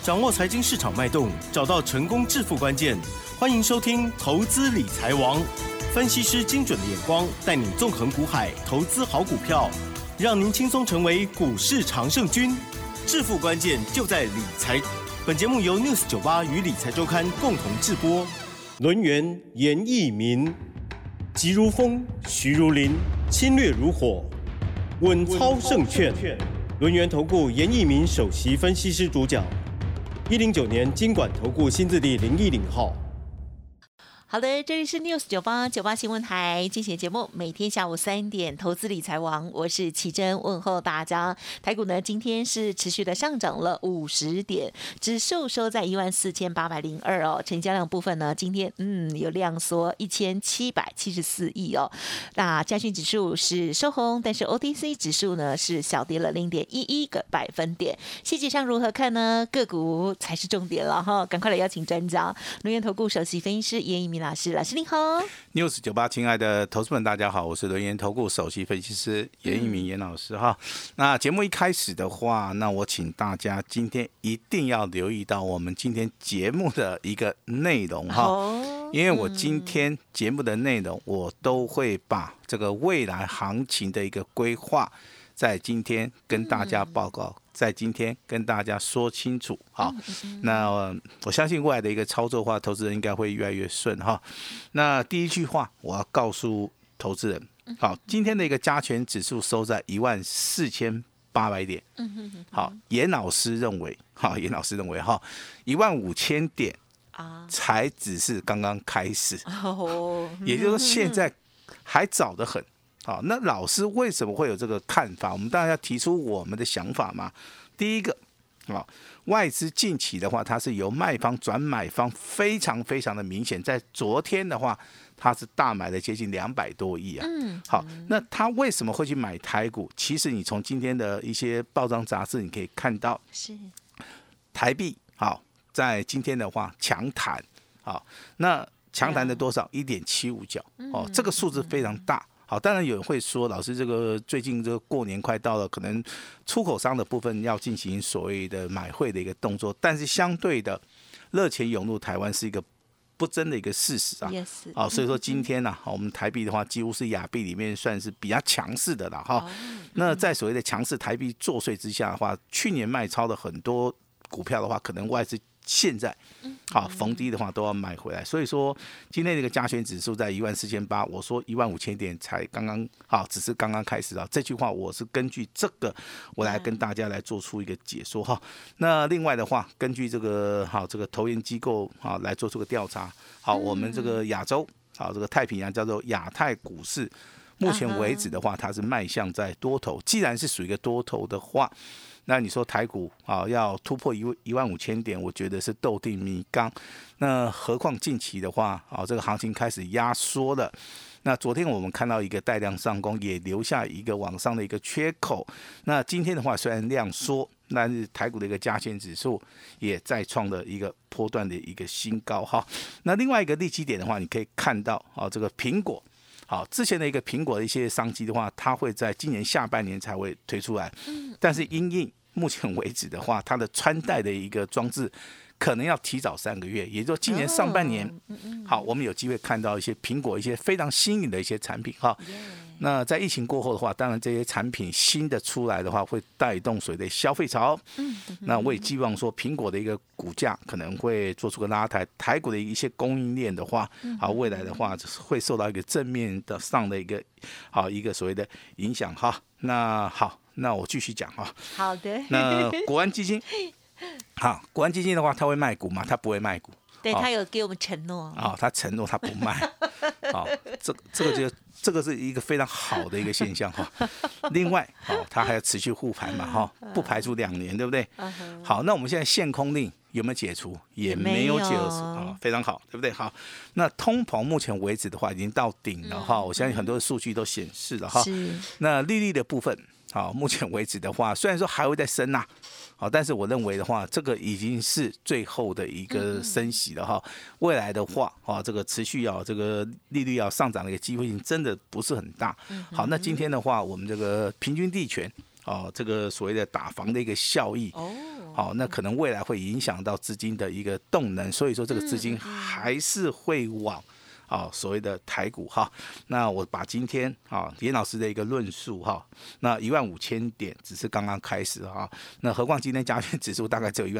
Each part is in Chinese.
掌握财经市场脉动，找到成功致富关键。欢迎收听《投资理财王》，分析师精准的眼光，带你纵横股海，投资好股票，让您轻松成为股市常胜军。致富关键就在理财。本节目由 News98 与理财周刊共同制播。轮源严义民，急如风，徐如林，侵略如火，稳操胜券。轮源投顾严义民首席分析师主讲。109年金管投顾新字第010号。 好的，这里是 News98 新闻台进行节目，每天下午3点投资理财王，我是奇珍，问候大家。台股呢今天是持续的上涨了50点，指数收在14802哦，成交量部分呢今天有量缩1774亿哦。那加权指数是收红，但是 OTC 指数呢是小跌了0.11个百分点。细节上如何看呢？个股才是重点了哈，赶快来邀请专家，轮源投顾首席分析师严一鸣老师您好。 News98 亲爱的投资们大家好，我是轮源投顾首席分析师严一鸣严老师哈。那节目一开始的话，那我请大家今天一定要留意到我们今天节目的一个内容哈，因为我今天节目的内容我都会把这个未来行情的一个规划在今天跟大家报告，在今天跟大家说清楚。好，那我相信未来的一个操作的话，投资人应该会越来越顺哈。那第一句话我要告诉投资人，好，今天的一个加权指数收在14800点。好，严老师认为哈，15000点才只是刚刚开始，也就是说现在还早得很。好，那老师为什么会有这个看法？我们当然要提出我们的想法嘛。第一个，外资近期的话，它是由卖方转买方，非常非常的明显。在昨天的话，它是大买了接近200多亿啊。好，那他为什么会去买台股？其实你从今天的一些报章杂志，你可以看到，是台币好，在今天的话强弹，好，那强弹的多少？1.75角哦，这个数字非常大。好，当然有人会说，老师，这个最近这个过年快到了，可能出口商的部分要进行所谓的买汇的一个动作，但是相对的，热钱涌入台湾是一个不争的一个事实啊。好，所以说今天呢，我们台币的话，几乎是亚币里面算是比较强势的了哈。那在所谓的强势台币作祟之下的话，去年卖超的很多股票的话，可能外资现在好逢低的话都要买回来，所以说今天这个加权指数在14800，我说15000点才刚刚好，只是刚刚开始啊。这句话我是根据这个我来跟大家来做出一个解说哈。那另外的话，根据这个投研机构来做出个调查，好，我们这个亚洲这个太平洋叫做亚太股市，目前为止的话，它是迈向在多头。既然是属于一个多头的话，那你说台股要突破15000点，我觉得是斗定米缸。那何况近期的话这个行情开始压缩了。那昨天我们看到一个带量上攻，也留下一个往上的一个缺口。那今天的话虽然量缩，但是台股的一个加权指数也再创了一个波段的一个新高哈。那另外一个利基点的话，你可以看到这个苹果。好，之前的一个苹果的一些商机的话，它会在今年下半年才会推出来，但是因应目前为止的话，它的穿戴的一个装置可能要提早3个月，也就是说今年上半年，好，我们有机会看到一些苹果一些非常新颖的一些产品哈。那在疫情过后的话，当然这些产品新的出来的话，会带动所谓的消费潮。那我也寄望说，苹果的一个股价可能会做出个拉抬，台股的一些供应链的话，未来的话会受到一个正面的上的一个所谓的影响哈。那好，那我继续讲哈。好的。那国安基金，好，国安基金的话，它会卖股吗？它不会卖股。 对，他有给我们承诺他承诺他不卖，这个是一个非常好的一个现象哈。另外，他还要持续护盘嘛不排除2年，对不对？好，那我们现在限空令有没有解除？也没有解除非常好，对不对？好，那通膨目前为止的话已经到顶了哈，我相信很多的数据都显示了哈。那利率的部分，好，目前为止的话，虽然说还会再升啊。好，但是我认为的话，这个已经是最后的一个升息了哈。未来的话，这个持续这个利率要上涨的一个机会性真的不是很大。好，那今天的话，我们这个平均地权这个所谓的打房的一个效益，那可能未来会影响到资金的一个动能，所以说这个资金还是会往所谓的台股哈。那我把今天严老师的一个论述哈，那15000点只是刚刚开始哈，那何况今天加权指数大概只有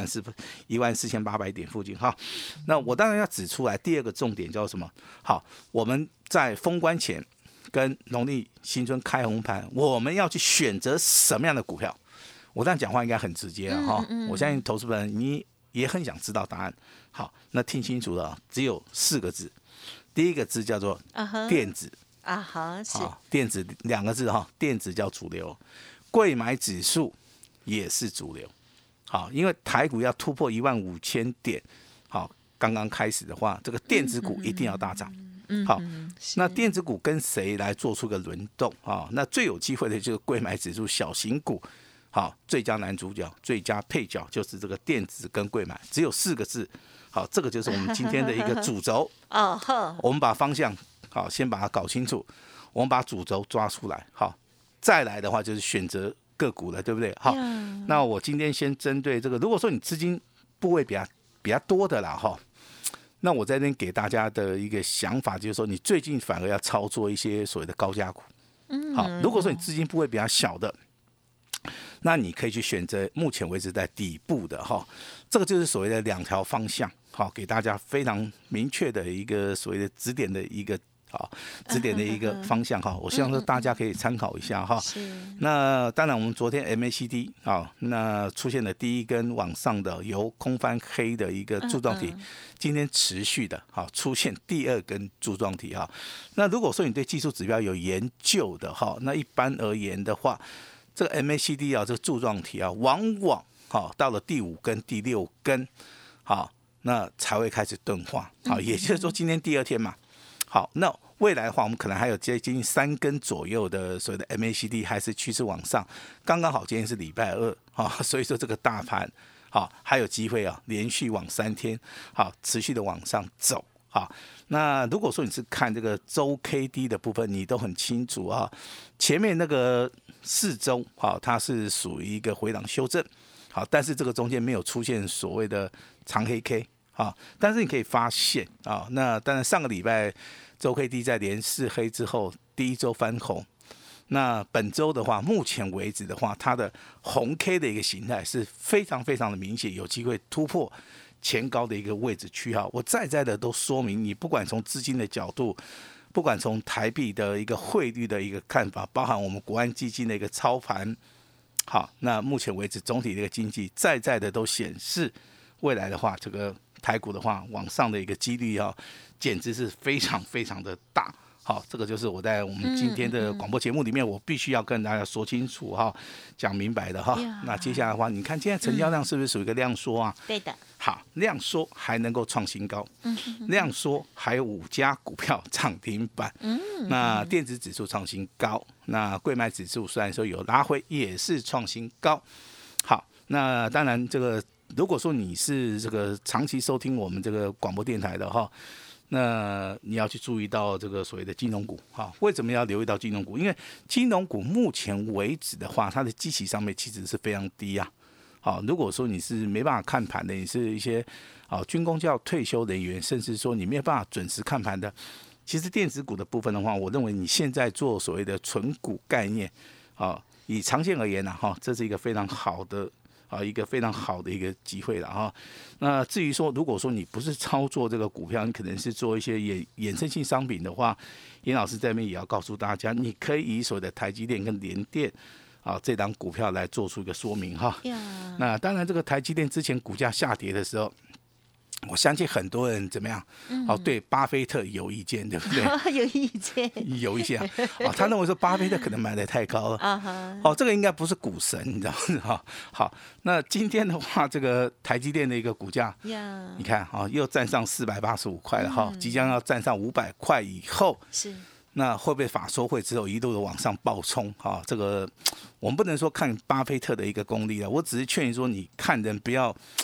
14800点附近哈。那我当然要指出来第二个重点叫什么？好，我们在封关前跟农历新春开红盘，我们要去选择什么样的股票？我这样讲话应该很直接了哈，我相信投资人你也很想知道答案。好，那听清楚了，只有4个字，第一个字叫做电子， 是电子2个字哈，电子叫主流，贵买指数也是主流。好，因为台股要突破15000点，好，刚刚开始的话，这个电子股一定要大涨。好，那电子股跟谁来做出个轮动啊？那最有机会的就是贵买指数小型股。好，最佳男主角、最佳配角就是这个电子跟贵买，只有4个字。好，这个就是我们今天的一个主轴。我们把方向好先把它搞清楚，我们把主轴抓出来。好，再来的话就是选择个股了，对不对？好，那我今天先针对这个，如果说你资金部位比较多的啦，哈。那我在这边给大家的一个想法就是说，你最近反而要操作一些所谓的高价股。好，如果说你资金部位比较小的，那你可以去选择目前为止在底部的哈，这个就是所谓的2条方向，好，给大家非常明确的一个所谓的指点的一个方向哈，我希望说大家可以参考一下哈。那当然，我们昨天 MACD 那出现了第一根往上的由空翻黑的一个柱状体，今天持续的出现第2根柱状体哈。那如果说你对技术指标有研究的哈，那一般而言的话，这个 MACD 这个柱状体往往到了第5根、第6根，那才会开始钝化。也就是说今天第2天嘛。好，那未来的话，我们可能还有接近3根左右的所谓的 MACD 还是趋势往上，刚刚好今天是礼拜2所以说这个大盘还有机会连续往3天持续的往上走。好，那如果说你是看这个周 K D 的部分，你都很清楚前面那个4周它是属于一个回档修正，好，但是这个中间没有出现所谓的长黑 K。但是你可以发现那当然上个礼拜周 K D 在连4黑之后，第1周翻红。那本周的话，目前为止的话，它的红 K 的一个形态是非常非常的明显，有机会突破前高的一个位置区号。我再的都说明，你不管从资金的角度，不管从台币的一个汇率的一个看法，包含我们国安基金的一个操盘，好，那目前为止总体的一个经济再的都显示，未来的话，这个台股的话，往上的一个几率简直是非常非常的大。好，这个就是我在我们今天的广播节目里面，我必须要跟大家说清楚讲明白的那接下来的话，你看今天成交量是不是属于一个量缩啊？ 对的。 好，量缩还能够创新高，量缩还有5家股票涨停板，那电子指数创新高，那贵买指数虽然说有拉回，也是创新高。好，那当然这个。如果说你是这个长期收听我们这个广播电台的那你要去注意到这个所谓的金融股为什么要留意到金融股？因为金融股目前为止的话，它的基期上面其实是非常低如果说你是没办法看盘的，你是一些军公教退休人员，甚至说你没有办法准时看盘的，其实电子股的部分的话，我认为你现在做所谓的存股概念以长线而言这是一个非常好的。一个非常好的一个机会了那至于说，如果说你不是操作这个股票，你可能是做一些衍生性商品的话，严老师这边也要告诉大家，你可以以所谓的台积电跟联电这档股票来做出一个说明那当然，这个台积电之前股价下跌的时候，我相信很多人怎么样？对巴菲特有意见，对不对？ 有意见， 有一些他认为说巴菲特可能买得太高了这个应该不是股神，你知道吗？好，那今天的话，这个台积电的一个股价，你看又站上485块了即将要站上500块以后， 是那会不会法说会之后一路的往上暴冲这个我们不能说看巴菲特的一个功力我只是劝你说，你看人不要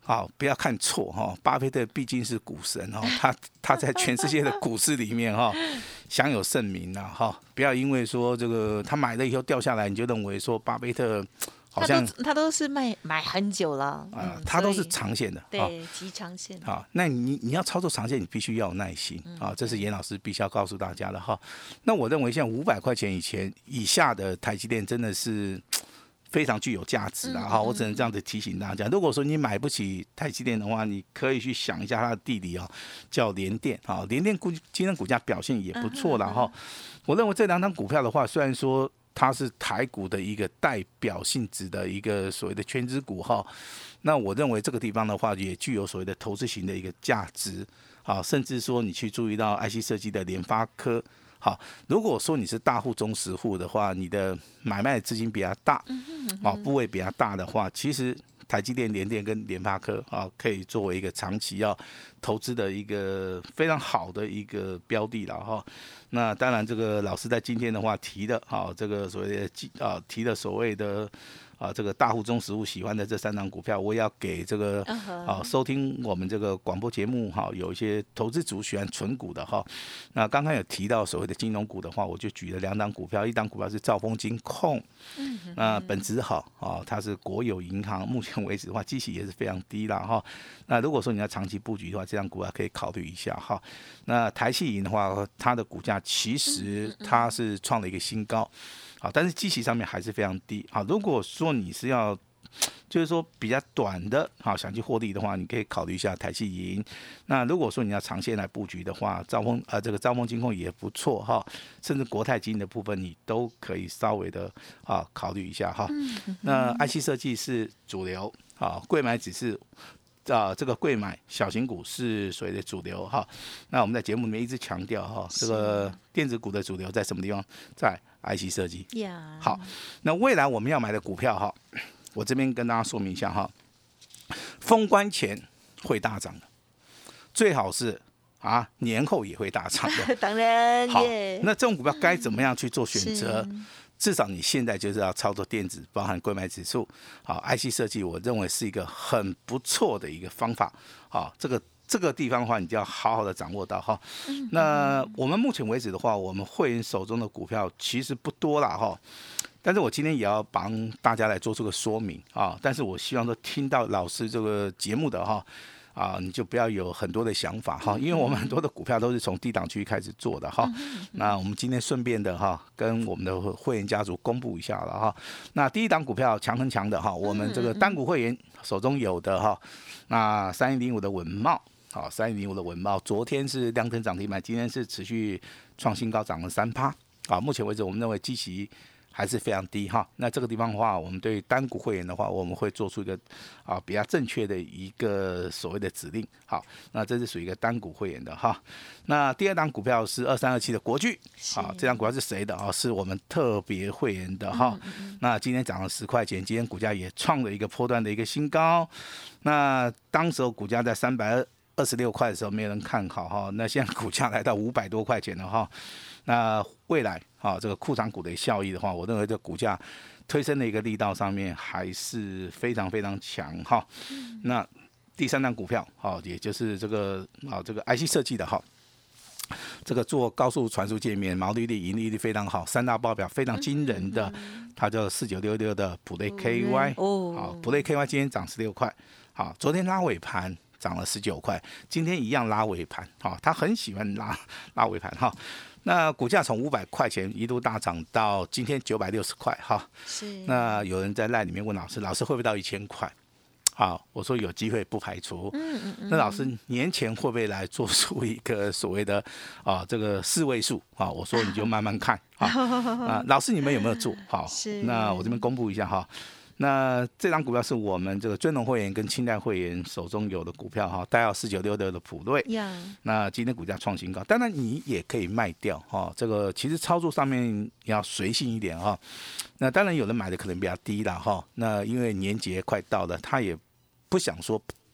好，不要看错哈，巴菲特毕竟是股神哈，他在全世界的股市里面哈享有盛名呐哈，不要因为说这个他买了以后掉下来，你就认为说巴菲特好像他都是买很久了他都是长线的， 对，极长线。 好，那你要操作长线，你必须要有耐心啊，这是严老师必须要告诉大家的哈。那我认为像500块钱以下的台积电真的是非常具有价值的哈，我只能这样子提醒大家。如果说你买不起台积电的话，你可以去想一下它的弟弟叫联电啊，联电今天股价表现也不错了哈。我认为这2档股票的话，虽然说它是台股的一个代表性质的一个所谓的全指股哈，那我认为这个地方的话也具有所谓的投资型的一个价值啊，甚至说你去注意到 IC 设计的联发科。好，如果说你是大户、中实户的话，你的买卖的资金比较大，部位比较大的话，其实台积电、联电跟联发科啊，可以作为一个长期要投资的一个非常好的一个标的了哈。那当然，这个老师在今天的话提的这个所谓的提的所谓的。这个大户中实户喜欢的这3档股票，我也要给这个收听我们这个广播节目有一些投资族喜欢存股的哈。那刚刚有提到所谓的金融股的话，我就举了2档股票，一档股票是兆丰金控，那本质好它是国有银行，目前为止的话，基期也是非常低啦哈。那如果说你要长期布局的话，这档股票可以考虑一下哈。那台企银的话，它的股价其实它是创了一个新高。好，但是基期上面还是非常低。好，如果说你是要，就是说比较短的，好想去获利的话，你可以考虑一下台企银。那如果说你要长线来布局的话，这个兆丰金控也不错哈，甚至国泰金的部分你都可以稍微的考虑一下哈。那 IC 设计是主流，贵买指是。这个贵买小型股是所谓的主流哈。那我们在节目里面一直强调哈，这个电子股的主流在什么地方？在 IC 设计。好，那未来我们要买的股票哈，我这边跟大家说明一下哈，封关前会大涨的，最好是年后也会大涨的。 当然， 好，那这种股票该怎么样去做选择？至少你现在就是要操作电子，包含柜买指数，好 ，IC 设计，我认为是一个很不错的一个方法。好，这个地方的话，你就要好好的掌握到哈。那我们目前为止的话，我们会员手中的股票其实不多啦哈。但是我今天也要帮大家来做出个说明啊。但是我希望说听到老师这个节目的哈。你就不要有很多的想法哈，因为我们很多的股票都是从低档区开始做的哈。那我们今天顺便的哈，跟我们的会员家族公布一下了哈。那第一档股票强很强的哈，我们这个单股会员手中有的哈，那3105的稳懋，好，3105的稳懋，昨天是亮灯涨停板，今天是持续创新高，涨了3%。啊，目前为止我们认为基期还是非常低哈。那这个地方的话，我们对单股会员的话，我们会做出一个比较正确的一个所谓的指令。好，那这是属于一个单股会员的哈。那第二档股票是2327的国巨，好，这档股票是谁的是我们特别会员的哈。那今天涨了10块钱，今天股价也创了一个波段的一个新高。那当时候股价在326块的时候，没有人看好哈。那现在股价来到500多块钱了哈。那未来这个库藏股的效益的话，我认为这股价推升的一个力道上面还是非常非常强哈。那第三档股票也就是这个IC 设计的哈，这个做高速传输界面，毛利率、盈利率非常好，3大报表非常惊人的，它叫4966的普雷 KY 好，普雷 KY 今天涨16块，好，昨天拉尾盘涨了19块，今天一样拉尾盘，他很喜欢拉尾盘哈。那股价从500块钱一度大涨到今天960块哈。是。那有人在LINE里面问老师会不会到1000块？好，我说有机会不排除。那老师年前会不会来做出一个所谓的这个4位数？我说你就慢慢看老师你们有没有做？好，那我这边公布一下哈。那这张股票是我们这个尊荣会员跟清代会员手中有的股票哈，代号4966的普瑞。那今天股价创新高，当然你也可以卖掉哈。这个其实操作上面要随性一点哈。那当然有人买的可能比较低啦哈。那因为年节快到了，他也不想说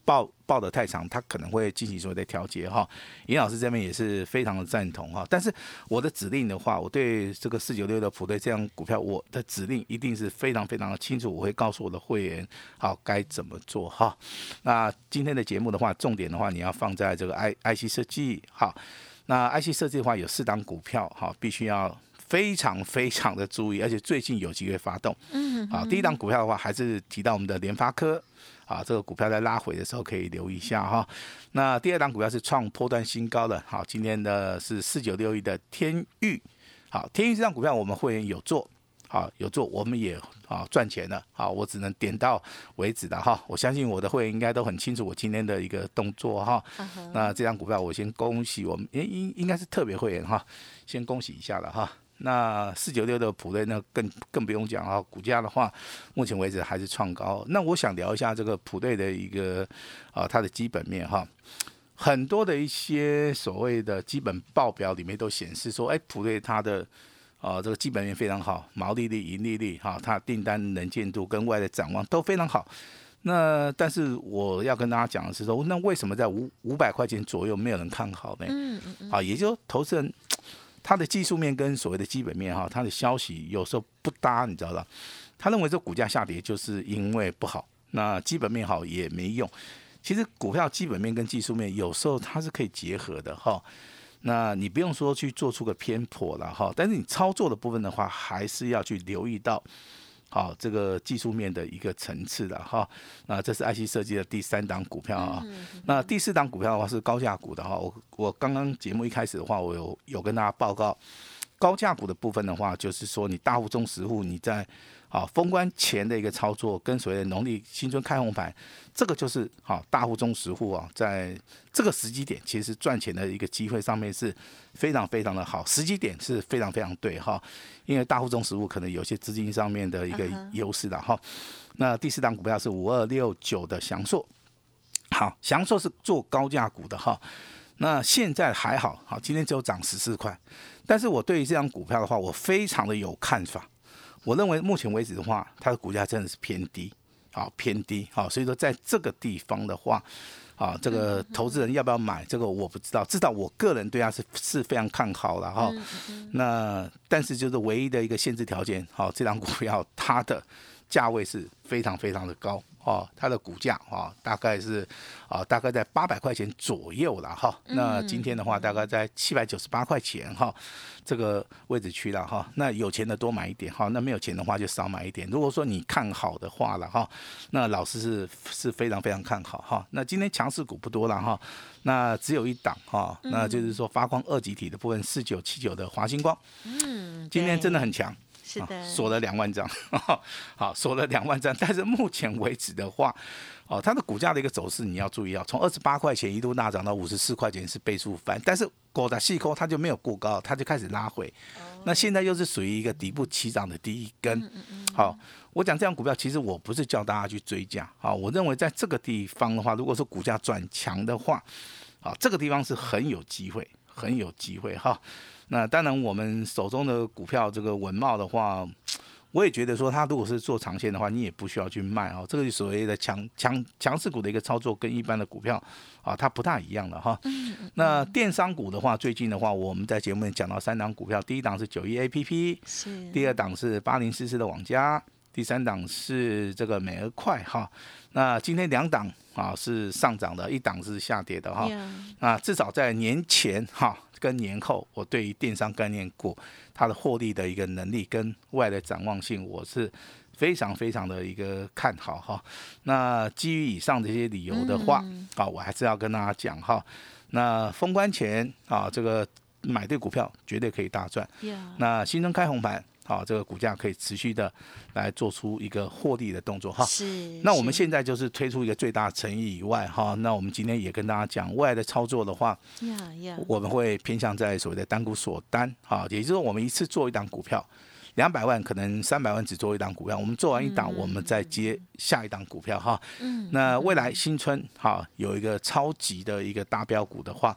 抱得太长，它可能会进行所谓的调节哈。尹老师这边也是非常的赞同哈。但是我的指令的话，我对这个496的普队这样股票，我的指令一定是非常非常的清楚，我会告诉我的会员好该怎么做哈。那今天的节目的话，重点的话你要放在这个 IC 设计好。那 IC 设计的话有4档股票哈，必须要非常非常的注意，而且最近有机会发动。好，第一档股票的话还是提到我们的联发科。啊，这个股票在拉回的时候可以留意一下哈。那第二档股票是创波段新高的，好，今天的是4961的天钰。好，天钰这档股票我们会员有做，好有做，我们也赚钱了。好，我只能点到为止的哈。我相信我的会员应该都很清楚我今天的一个动作哈。那这档股票我先恭喜我们，应该是特别会员哈，先恭喜一下了哈。那496的普瑞那更不用讲啊，股价的话，目前为止还是创高。那我想聊一下这个普瑞的一个它的基本面哈，很多的一些所谓的基本报表里面都显示说，普瑞它的这个基本面非常好，毛利率、盈利率哈，它的订单能见度跟未来的展望都非常好。那但是我要跟大家讲的是说，那为什么在500块钱左右没有人看好呢？啊，也就是投资人。他的技术面跟所谓的基本面哈，他的消息有时候不搭，你知道吧？他认为这股价下跌就是因为不好，那基本面好也没用。其实股票基本面跟技术面有时候它是可以结合的哈。那你不用说去做出个偏颇了哈，但是你操作的部分的话，还是要去留意到。好，这个技术面的一个层次的哈，那这是 IC 设计的第3档股票啊。那第4档股票的话是高价股的哈。我刚刚节目一开始的话，我有跟大家报告，高价股的部分的话，就是说你大户、中实户你在封关前的一个操作，跟所谓的农历新春开红盘，这个就是大户、中实户在这个时机点，其实赚钱的一个机会上面是非常非常的好，时机点是非常非常对哈。因为大户、中实户可能有些资金上面的一个优势的哈。那第4档股票是5269的祥硕，好，祥硕是做高价股的哈。那现在还好，今天只有涨14块，但是我对于这张股票的话，我非常的有看法。我认为目前为止的话，它的股价真的是偏低，偏低，所以说在这个地方的话，这个投资人要不要买，这个我不知道，至少我个人对它是非常看好了哈。那但是就是唯一的一个限制条件，这张股票它的价位是非常非常的高。它的股价大概是大概在800块钱左右了哈。那今天的话大概在798块钱哈这个位置区了哈。那有钱的多买一点哈，那没有钱的话就少买一点。如果说你看好的话了哈，那老师是非常非常看好哈。那今天强势股不多了哈，那只有一档哈，那就是说发光2极体的部分4979的华星光，今天真的很强。 是的， 锁了2万张，好，锁了2万张。但是目前为止的话，它的股价的一个走势你要注意从28块钱一度大涨到54块钱是倍数翻，但是狗的细抠它就没有过高，它就开始拉回。那现在又是属于一个底部起涨的第一根。好，我讲这样股票，其实我不是叫大家去追价，我认为在这个地方的话，如果说股价转强的话，这个地方是很有机会，很有机会哈。那当然，我们手中的股票这个文茂的话，我也觉得说，它如果是做长线的话，你也不需要去卖这个是所谓的强势股的一个操作，跟一般的股票它不大一样的哈。那电商股的话，最近的话，我们在节目里讲到3档股票，第一档是91APP，第二档是8044的网家，第3档是这个美而快哈。那今天2档是上涨的，一档是下跌的哈。那至少在年前跟年后，我对于电商概念股它的获利的一个能力跟未来的展望性，我是非常非常的一个看好哈。那基于以上这些理由的话，我还是要跟大家讲哈。那封关前这个买对股票绝对可以大赚。那新春开红盘。这个股价可以持续的来做出一个获利的动作哈。那我们现在就是推出一个最大诚意以外哈，那我们今天也跟大家讲，未来的操作的话，我们会偏向在所谓的单股锁单也就是说我们一次做一档股票。200万可能300万只做一档股票，我们做完一档，我们再接下一档股票哈。那未来新春有一个超级的一个大标股的话，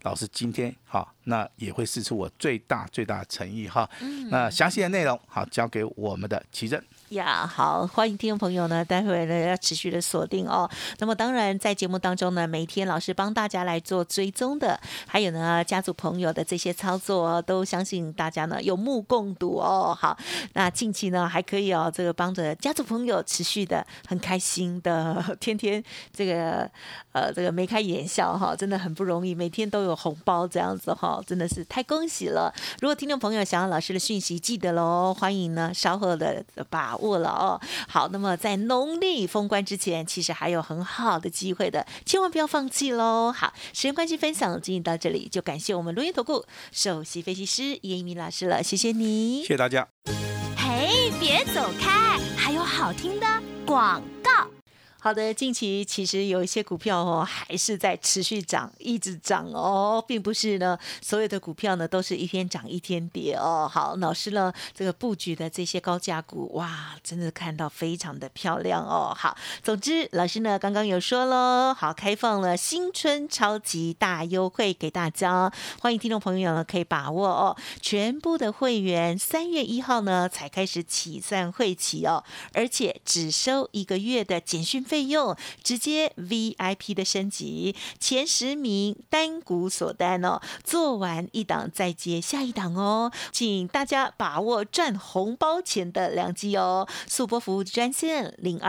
老师今天那也会释出我最大的诚意那详细的内容交给我们的奇珍。 好，欢迎听众朋友呢，待会呢要持续的锁定哦。那么当然在节目当中呢，每天老师帮大家来做追踪的，还有呢家族朋友的这些操作都相信大家呢有目共睹哦。好，那近期呢还可以这个帮着家族朋友持续的很开心的，天天这个眉开眼笑真的很不容易，每天都有红包这样子真的是太恭喜了。如果听众朋友想要老师的讯息，记得咯，欢迎呢稍后的把握了哦。好，那么在农历封关之前，其实还有很好的机会的，千万不要放弃咯。好，时间关系，分享进行到这里，就感谢我们轮源投顾首席分析师叶一鸣老师了，谢谢你， 谢谢大家。 嘿，别走开，还有好听的广告。 好的，近期其实有一些股票还是在持续涨，一直涨并不是呢所有的股票呢都是一天涨一天跌好，老师呢这个布局的这些高价股，哇，真的看到非常的漂亮好，总之老师呢刚刚有说咯，好，开放了新春超级大优惠给大家，欢迎听众朋友呢可以把握全部的会员3月1号呢才开始起算会期而且只收1个月的简讯费用，直接 VIP 的升级，前10名单股锁单做完一档再接下一档请大家把握赚红包钱的良机速拨服务专线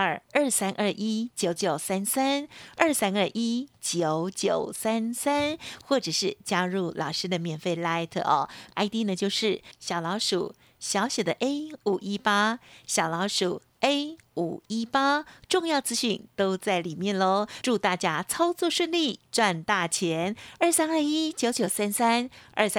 02-2321-9933，2321-9933，或者是加入老师的免费 Lite ID 呢就是小老鼠小写的 A518， 小老鼠A518， 重要资讯都在里面咯。祝大家操作顺利，赚大钱。2321-9933，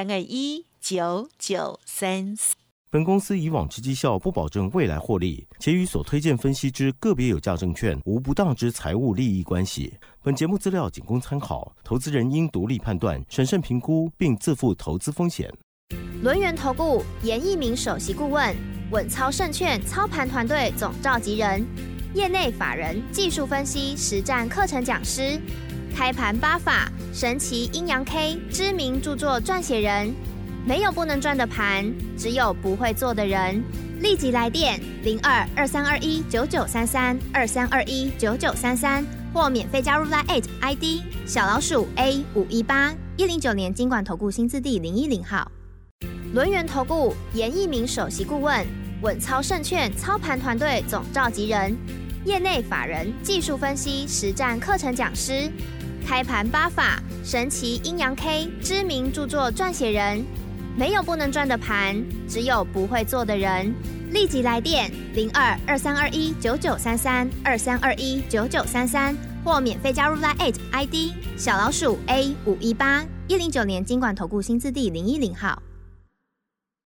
2321-9933。 本公司以往之绩效不保证未来获利，且与所推荐分析之个别有价证券无不当之财务利益关系。本节目资料仅供参考，投资人应独立判断、审慎评估，并自负投资风险。 轮源投顾严一鸣首席顾问，稳操胜券操盘团队总召集人，业内法人技术分析实战课程讲师，开盘8法神奇阴阳 K 知名著作撰写人。没有不能赚的盘，只有不会做的人。立即来电02-2321-9933 2321-9933，或免费加入 LINE@ ID 小老鼠 A518， 109年金管投顾新字第010号。轮源投顾严一鸣首席顾问，稳操胜券操盘团队总召集人，业内法人技术分析实战课程讲师，开盘8法神奇阴阳 K 知名著作撰写人。没有不能赚的盘，只有不会做的人。立即来电02-2321-9933 2321-9933，或免费加入 LINE@ ID 小老鼠 A518， 109年金管投顾新字第010号。